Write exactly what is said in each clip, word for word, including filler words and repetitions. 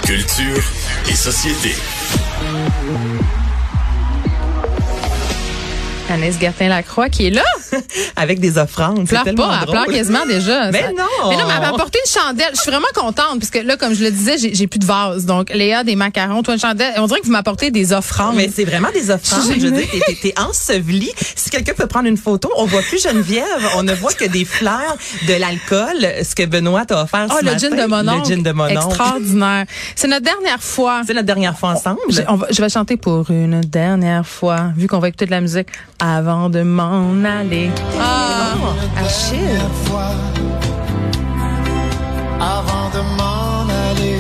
Culture et société. Anaïs Gertin-Lacroix qui est là. Avec des offrandes. Pleure c'est pas, elle pleure quasiment déjà. Mais Ça... non! Mais non, mais elle m'a apporté une chandelle. Je suis vraiment contente parce que là, comme je le disais, j'ai, j'ai plus de vase. Donc, Léa, des macarons, toi, une chandelle. On dirait que vous m'apportez des offrandes. Mais c'est vraiment des offrandes. Je veux dire, t'es, t'es, t'es ensevelie. Si quelqu'un peut prendre une photo, on voit plus Geneviève. On ne voit que des fleurs, de l'alcool. Ce que Benoît t'a offert oh, ce le matin. Gin de mon oncle. Le gin de mon oncle. Extraordinaire. C'est notre dernière fois. C'est notre dernière fois ensemble. Je, on va, je vais chanter pour une dernière fois, vu qu'on va écouter de la musique avant de m'en aller. Ah, Achille. Fois, avant de m'en aller,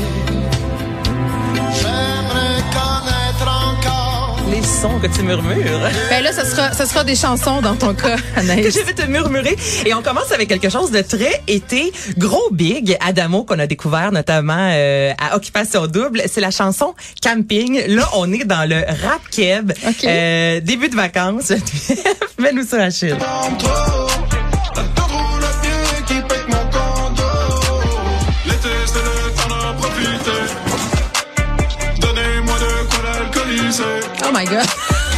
j'aimerais connaître encore Les sons que tu murmures. Ben là, ça sera, ça sera des chansons dans ton cas, Anaïs. Que je vais te murmurer. Et on commence avec quelque chose de très été, gros big, Adamo, qu'on a découvert notamment euh, à Occupation Double. C'est la chanson Camping. Là, on est dans le rap keb. Okay. Euh, début de vacances. Mets-nous sur Achille. Oh my God.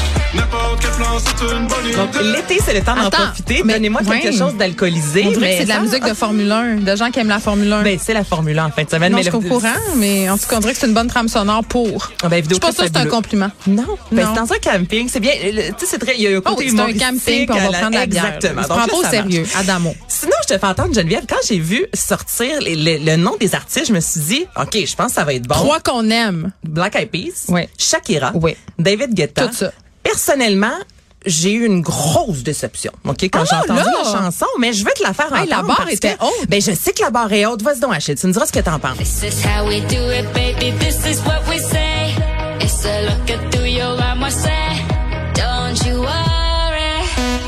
Donc, l'été, c'est le temps d'en Attends, profiter. mais- Donnez-moi quelque ouais. chose d'alcoolisé. On dirait mais que c'est de la ça- musique de Formule un, de gens qui aiment la Formule un. Ben, c'est la Formule un en fin de semaine. non, mais je suis le- au courant, mais en tout cas, on dirait que c'est une bonne trame sonore pour. Ah, ben, Je vidéo suis pas sûre que c'est un compliment. Non, ben, Non. c'est dans un camping, c'est bien. le- Tu sais, c'est très. Il y a un Oh, côté oui, c'est un humoristique camping, puis on à va la- prendre la bière. Exactement. Tu Donc prends là, pas au ça sérieux, marche. Adamo. Sinon, je te fais entendre, Geneviève, quand j'ai vu sortir les- les- le nom des artistes, je me suis dit, OK, je pense que ça va être bon. Trois qu'on aime. Black Eyed Peas, Oui. Shakira, Oui. David Guetta. Tout ça. Personnellement, j'ai eu une grosse déception, OK, quand Ah, j'ai entendu là! la chanson, mais je vais te la faire Hey, entendre. la barre parce était que- haute. Ben, je sais que la barre est haute. Vas-y donc, Achille, tu me diras ce que t'en penses. This is how we do it, baby. This is what we say. It's a look at through your eyes, moi say. Don't you worry.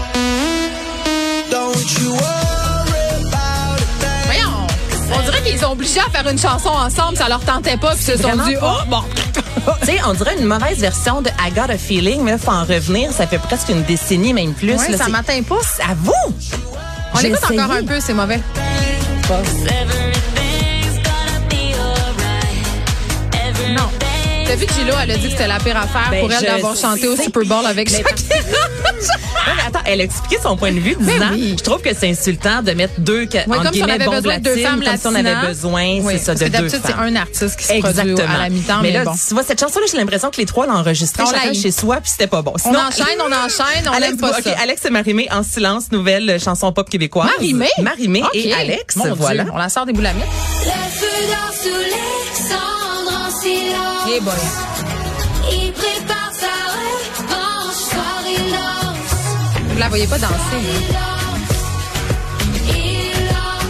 Don't you worry about it. Voyons. On dirait qu'ils sont obligés à faire une chanson ensemble, ça leur tentait pas, puis ils se sont Vraiment dit, pas. oh, bon. Tu sais, on dirait une mauvaise version de I Got a Feeling, mais il faut en revenir. Ça fait presque une décennie, même plus. Ouais, là, ça c'est- m'atteint pas. À vous! On J'ai écoute essayé. encore un peu, c'est mauvais. Everything's gonna be alright. Everything. Non. T'as vu que Gilo, elle a dit que c'était la pire affaire Ben, pour elle je d'avoir chanté au sais. Super Bowl avec Mais- Shakira. Non, mais attends, elle a expliqué son point de vue, Mais disant, oui. je trouve que c'est insultant de mettre deux, que- Oui, entre comme si on guillemets, avait bombes besoin de deux latines, femmes comme si on avait latinas. besoin, Oui, c'est ça, parce de que deux d'habitude, c'est femmes. un artiste qui se produit Exactement. à la mi-temps, mais mais, là, bon. tu vois, cette chanson-là, j'ai l'impression que les trois l'ont enregistrée On chacun l'a- chez soi, puis c'était pas bon. On Sinon- enchaîne, on enchaîne, on Alex, n'aime pas OK, ça. Alex et Marie-Mé en silence, nouvelle chanson pop québécoise. Marie-Mé? Marie-Mé OK. et Alex, Mon Dieu, voilà. on la sort des boulamites. Le feu d'or sous les cendres en silence. Eh boy. Il prépare sa revanche, soir il lance. Vous la voyez pas danser. Il lance. Il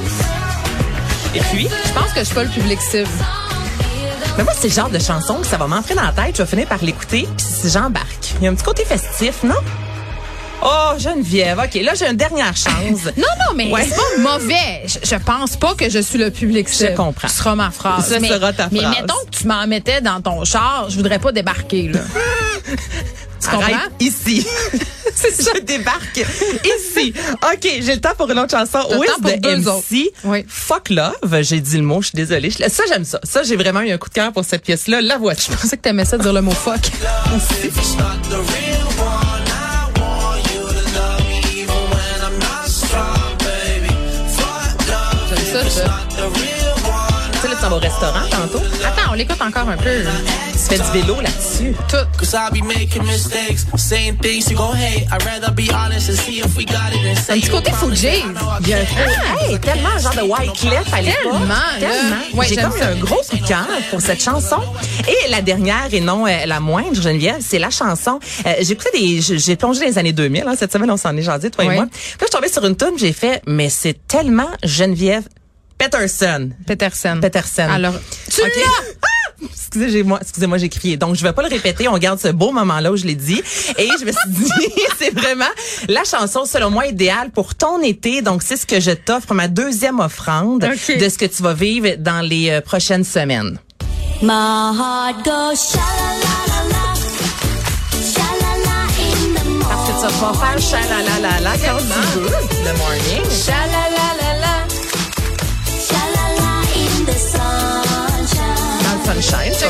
lance. Et puis, Je pense que je suis pas le public cible. mais moi, c'est le genre de chanson que ça va m'entrer dans la tête, je vais finir par l'écouter, puis si j'embarque. Il y a un petit côté festif, non? Oh, Geneviève, OK, là, j'ai une dernière chance. Non, non, mais Ouais. c'est pas mauvais. Je, je pense pas que je suis le public cible. comprends. Ce sera ma phrase. Ce mais, sera ta mais phrase. mettons que tu m'en mettais dans ton char, je voudrais pas débarquer, là. Tu comprends? Arrête ici. Je débarque ici. OK, j'ai le temps pour une autre chanson. T'as le Wiz temps pour de deux M C. autres. Oui. Fuck Love. J'ai dit le mot, je suis désolée. Je- Ça, j'aime ça. Ça, j'ai vraiment eu un coup de cœur pour cette pièce-là. La voiture. Je pensais que t'aimais ça dire le mot fuck. If it's not the real one, I want you to love me even when I'm not strong, baby. Fuck love. J'aime ça, If it's ça. not the real one, Tu sais, là, tu vas au restaurant tantôt. Attends, on l'écoute encore un peu. Tu fais du vélo là-dessus. Tout. cause I be making mistakes, saying things you gon' hate. I'd rather be honest and see if we got it and say Un petit you côté promise Fugees. it. I know I Il y a un Ah! hey, tellement un genre de Wyclef à l'époque. Tellement, là. Tellement. Ouais, J'ai j'aime comme ça. un gros coup de cœur pour cette chanson. Et la dernière, et non euh, la moindre, Geneviève, c'est la chanson. Euh, j'ai écouté des, j'ai j'ai plongé dans les années deux mille. Hein, cette semaine, on s'en est jasé, toi Ouais. et moi. Puis là, je suis tombée sur une tune, j'ai fait, mais c'est tellement Geneviève Peterson. Peterson. Peterson. Alors, tu OK. l'as! Ah! Excusez-moi, excusez-moi, j'ai crié. Donc, je vais pas le répéter. On garde ce beau moment-là où je l'ai dit. Et je me suis dit, c'est vraiment la chanson, selon moi, idéale pour ton été. Donc, c'est ce que je t'offre, ma deuxième offrande OK. de ce que tu vas vivre dans les euh, prochaines semaines. My heart goes sha-la-la-la-la, sha-la-la in the morning. Parce que tu vas pouvoir faire chalalala quand tu veux, le morning. Sha-la-la-la-la. Sha-la-la in the sunshine. Dans le sunshine,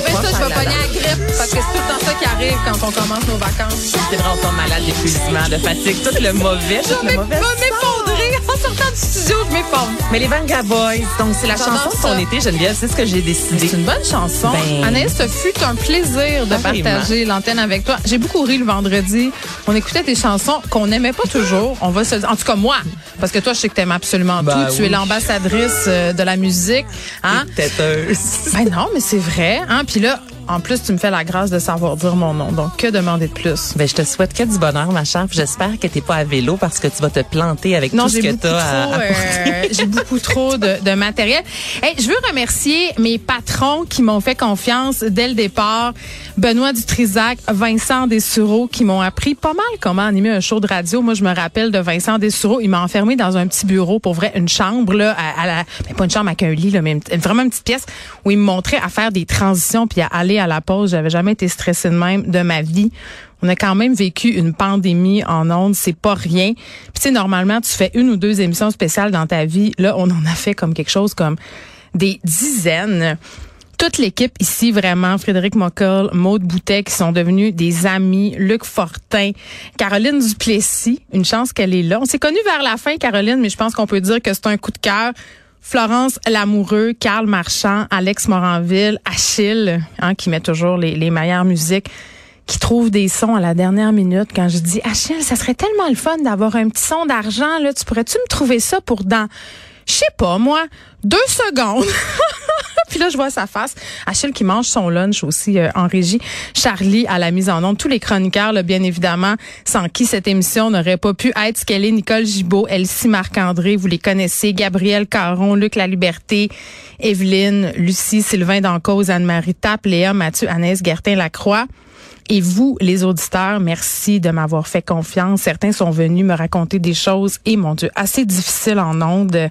Dépêche-toi, pas je faire vais la pogner langue. la grippe parce que c'est tout le temps ça qui arrive quand on commence nos vacances. C'est vrai, on tombe malade d'épuisement, de fatigue, tout le mauvais, tout Je le vais mauvais. m'effondrer en sortant du studio, je m'effondre. Mais les Venga Boys, donc c'est la J'adore chanson de ça. ton été, Geneviève, c'est ce que j'ai décidé. C'est une bonne chanson. Ben- Anaïs, ce fut un plaisir de Vraiment. partager l'antenne avec toi. J'ai beaucoup ri le vendredi. On écoutait tes chansons qu'on n'aimait pas toujours. On va se dire, en tout cas moi, parce que toi, je sais que t'aimes absolument Ben tout. Tu oui. es l'ambassadrice euh, de la musique. Hein? Têteuse. Ben non, mais c'est vrai. Hein? Puis là, en plus, tu me fais la grâce de savoir dire mon nom. Donc, que demander de plus? Ben, je te souhaite que du bonheur, ma chère. Puis J'espère que t'es pas à vélo parce que tu vas te planter avec Non, tout ce j'ai que beaucoup trop, t'as à, à porter. euh, j'ai beaucoup trop de, de matériel. Hey, je veux remercier mes patrons qui m'ont fait confiance dès le départ. Benoît Dutrisac, Vincent Dessureau, qui m'ont appris pas mal comment animer un show de radio. Moi, je me rappelle de Vincent Dessureau. Il m'a enfermé dans un petit bureau, pour vrai, une chambre, là, à, à la, ben, pas une chambre avec un lit, là, mais une- vraiment une petite pièce où il me montrait à faire des transitions puis à aller à la pause. J'avais jamais été stressée de même de ma vie. On a quand même vécu une pandémie en ondes, c'est pas rien. Puis tu sais, normalement, tu fais une ou deux émissions spéciales dans ta vie. Là, on en a fait comme quelque chose comme des dizaines. Toute l'équipe ici, vraiment, Frédéric Mockel, Maude Boutet, qui sont devenus des amis, Luc Fortin, Caroline Duplessis, une chance qu'elle est là. On s'est connus vers la fin, Caroline, mais je pense qu'on peut dire que c'est un coup de cœur. Florence Lamoureux, Carl Marchand, Alex Moranville, Achille, hein, qui met toujours les, les meilleures musiques, qui trouve des sons à la dernière minute. Quand je dis, Achille, ça serait tellement le fun d'avoir un petit son d'argent, là, tu pourrais-tu me trouver ça pour dans, je sais pas, moi, deux secondes? Puis là, je vois sa face. Achille qui mange son lunch aussi euh, en régie. Charlie à la mise en onde. Tous les chroniqueurs, là, bien évidemment, sans qui cette émission n'aurait pas pu être ce qu'elle est. Nicole Gibault, Elsie Marc-André, vous les connaissez. Gabriel Caron, Luc Laliberté, Evelyne, Lucie, Sylvain Dancause, Anne-Marie Tappe, Léa, Mathieu, Anaïs Gertin-Lacroix. Et vous, les auditeurs, merci de m'avoir fait confiance. Certains sont venus me raconter des choses, et mon Dieu, assez difficiles en ondes.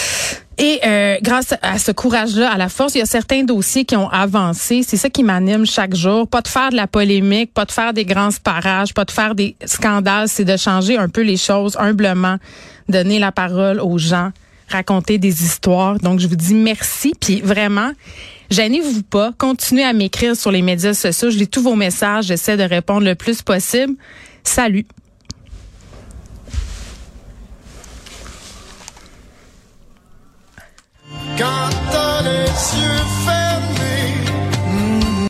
Et euh, grâce à ce courage-là, à la force, il y a certains dossiers qui ont avancé. C'est ça qui m'anime chaque jour. Pas de faire de la polémique, pas de faire des grands parages, pas de faire des scandales. C'est de changer un peu les choses humblement, donner la parole aux gens, raconter des histoires. Donc, je vous dis merci. Puis vraiment, gênez-vous pas. Continuez à m'écrire sur les médias sociaux. Je lis tous vos messages. J'essaie de répondre le plus possible. Salut. Quand t'as les yeux fermés.